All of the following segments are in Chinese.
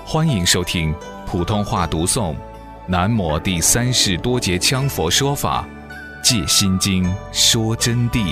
欢迎收听普通话读诵南摩第三世多杰羌佛说法戒心经说真谛。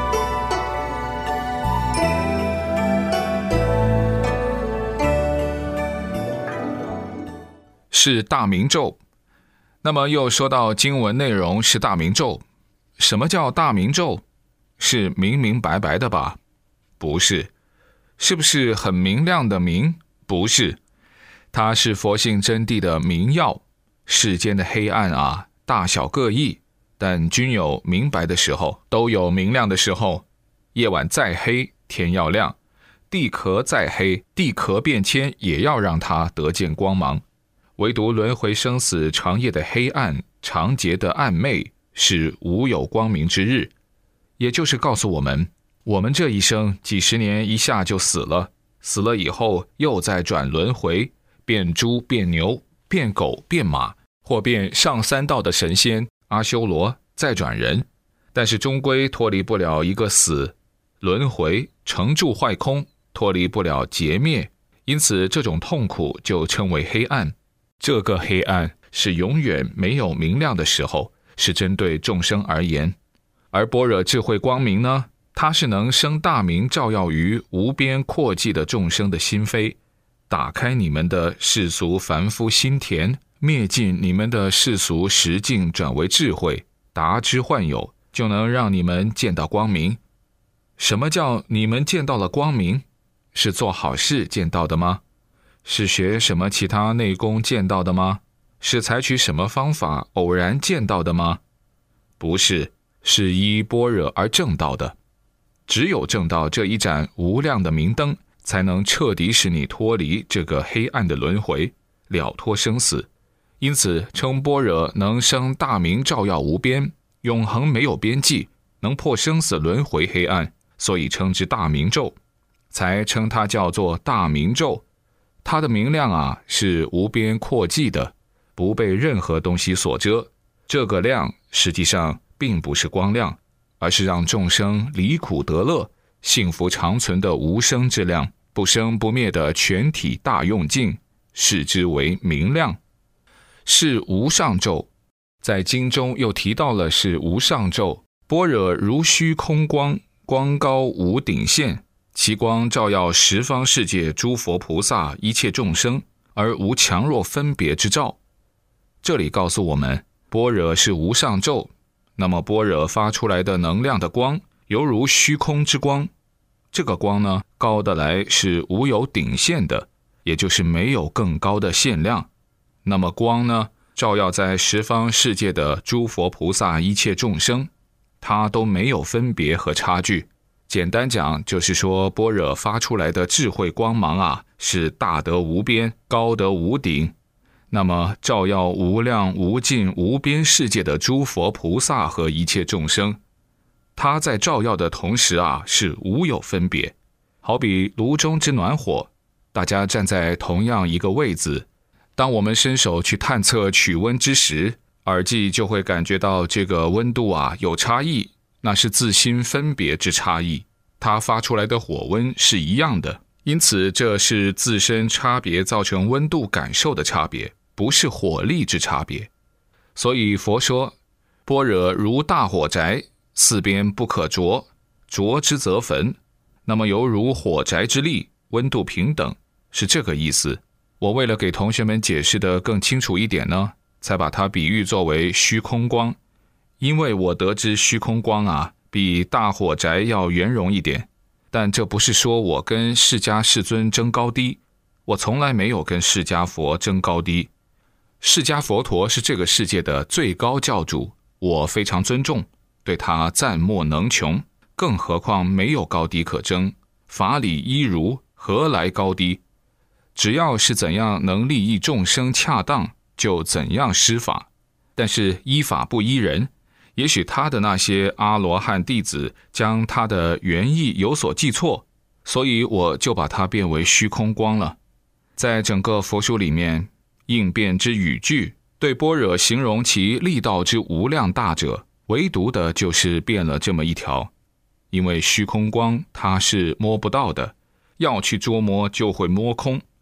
是大明咒。那么又说到经文内容是大明咒，什么叫大明咒？是明明白白的吧？不是。是不是很明亮的明？不是。它是佛性真谛的明耀。世间的黑暗啊，大小各异，但均有明白的时候，都有明亮的时候。夜晚再黑，天要亮；地壳再黑，地壳变迁也要让它得见光芒。唯独轮回生死长夜的黑暗，长劫的暗昧，是无有光明之日。也就是告诉我们，我们这一生几十年一下就死了，死了以后又再转轮回，变猪变牛变狗变马，或变上三道的神仙阿修罗，再转人，但是终归脱离不了一个死，轮回成住坏空，脱离不了劫灭，因此这种痛苦就称为黑暗。这个黑暗是永远没有明亮的时候，是针对众生而言。而般若智慧光明呢，它是能生大明，照耀于无边阔际的众生的心扉，打开你们的世俗凡夫心田，灭尽你们的世俗实境，转为智慧，达之幻有，就能让你们见到光明。什么叫你们见到了光明？是做好事见到的吗？是学什么其他内功见到的吗？是采取什么方法偶然见到的吗？不是，是依般若而证到的。只有证到这一盏无量的明灯，才能彻底使你脱离这个黑暗的轮回，了脱生死。因此称般若能生大明，照耀无边，永恒没有边际，能破生死轮回黑暗，所以称之大明咒，才称它叫做大明咒。它的明亮啊，是无边阔际的，不被任何东西所遮。这个亮实际上并不是光亮，而是让众生离苦得乐，幸福长存的无生之亮，不生不灭的全体大用境，视之为明亮。是无上咒。在经中又提到了是无上咒，般若如虚空光，光高无顶限，其光照耀十方世界诸佛菩萨一切众生，而无强弱分别之照。这里告诉我们，般若是无上咒，那么般若发出来的能量的光，犹如虚空之光。这个光呢，高的来是无有顶限的，也就是没有更高的限量。那么光呢，照耀在十方世界的诸佛菩萨一切众生，它都没有分别和差距。简单讲，就是说般若发出来的智慧光芒啊，是大得无边，高得无顶。那么照耀无量无尽无边世界的诸佛菩萨和一切众生，它在照耀的同时啊，是无有分别。好比炉中之暖火，大家站在同样一个位置，当我们伸手去探测取温之时，耳际就会感觉到这个温度啊有差异，那是自心分别之差异，它发出来的火温是一样的，因此这是自身差别造成温度感受的差别，不是火力之差别。所以佛说般若如大火宅，四边不可着，着之则焚。那么犹如火宅之力，温度平等，是这个意思。我为了给同学们解释得更清楚一点呢，才把它比喻作为虚空光。因为我得知虚空光啊，比大火宅要圆融一点，但这不是说我跟释迦世尊争高低，我从来没有跟释迦佛争高低。释迦佛陀是这个世界的最高教主，我非常尊重，对他赞莫能穷，更何况没有高低可争，法理一如，何来高低？只要是怎样能利益众生恰当，就怎样施法。但是依法不依人，也许他的那些阿罗汉弟子将他的原意有所记错，所以我就把它变为虚空光了。在整个佛书里面，应变之语句对般若形容其力道之无量大者，唯独的就是变了这么一条。因为虚空光它是摸不到的，要去捉摸就会摸空，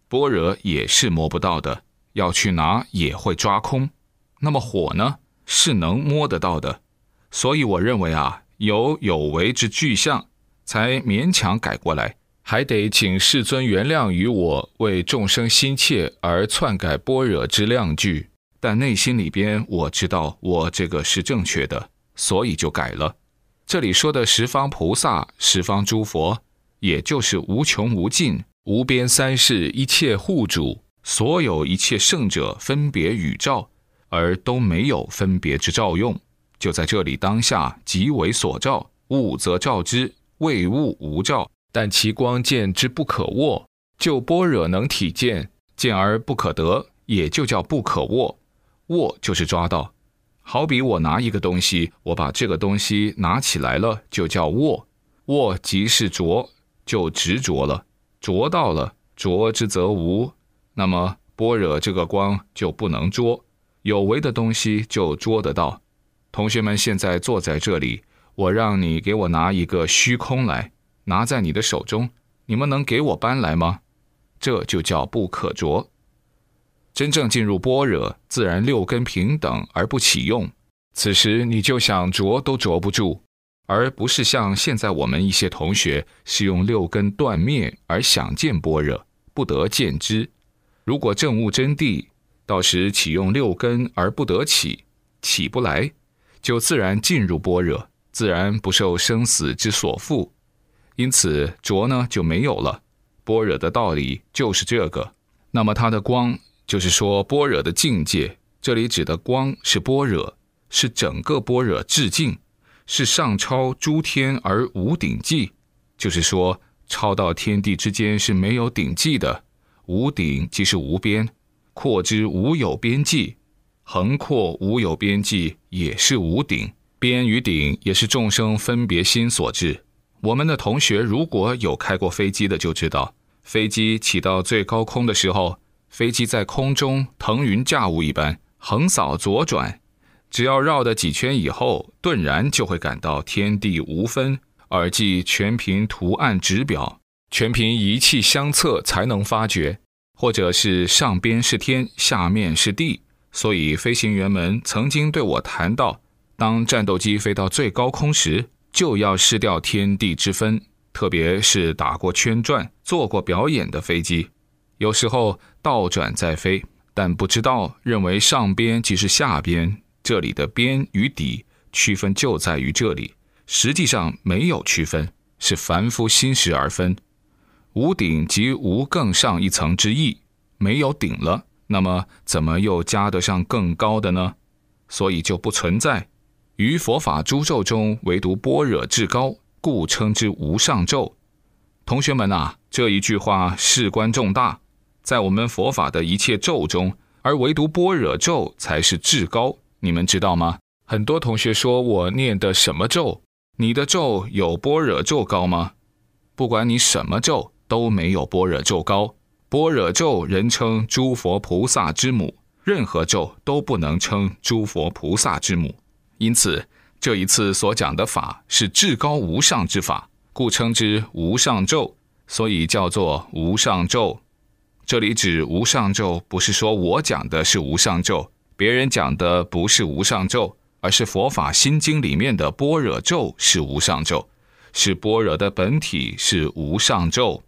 般若也是摸不到的，要去拿也会抓空。那么火呢，是能摸得到的。所以我认为啊，有为之具象，才勉强改过来，还得请世尊原谅于我为众生心切而篡改般若之量句，但内心里边我知道我这个是正确的，所以就改了。这里说的十方菩萨、十方诸佛，也就是无穷无尽、无边三世一切护主，所有一切圣者分别宇照，而都没有分别之照用，就在这里当下即为所照，物则照之，谓物无照，但其光见之不可握，就般若能体见，见而不可得，也就叫不可握。握就是抓到，好比我拿一个东西，我把这个东西拿起来了，就叫握，握即是着，就执着了，着到了，着之则无，那么般若这个光就不能捉，有为的东西就捉得到。同学们现在坐在这里，我让你给我拿一个虚空来，拿在你的手中，你们能给我搬来吗？这就叫不可着。真正进入般若，自然六根平等而不起用，此时你就想着都着不住，而不是像现在我们一些同学是用六根断灭而想见般若，不得见之。如果证悟真谛，到时起用六根而不得起，起不来，就自然进入般若，自然不受生死之所缚，因此着呢就没有了。般若的道理就是这个。那么它的光，就是说般若的境界，这里指的光是般若，是整个般若至境，是上超诸天而无顶际，就是说超到天地之间是没有顶际的，无顶即是无边，扩之无有边际，横扩无有边际也是无顶，边与顶也是众生分别心所致。我们的同学如果有开过飞机的就知道，飞机起到最高空的时候，飞机在空中腾云驾雾一般横扫左转，只要绕的几圈以后，顿然就会感到天地无分，而即全凭图案指表，全凭仪器相测才能发觉，或者是上边是天，下面是地。所以飞行员们曾经对我谈到，当战斗机飞到最高空时，就要失掉天地之分，特别是打过圈转、做过表演的飞机，有时候倒转再飞，但不知道认为上边即是下边，这里的边与底区分就在于这里，实际上没有区分，是凡夫心识而分。无顶即无更上一层之意，没有顶了，那么怎么又加得上更高的呢？所以就不存在。于佛法诸咒中，唯独般若至高，故称之无上咒。同学们啊，这一句话事关重大，在我们佛法的一切咒中，而唯独般若咒才是至高，你们知道吗？很多同学说我念的什么咒，你的咒有般若咒高吗？不管你什么咒，都没有般若咒高。般若咒人称诸佛菩萨之母，任何咒都不能称诸佛菩萨之母。因此这一次所讲的法是至高无上之法，故称之无上咒，所以叫做无上咒。这里指无上咒，不是说我讲的是无上咒，别人讲的不是无上咒，而是佛法心经里面的般若咒是无上咒，是般若的本体是无上咒。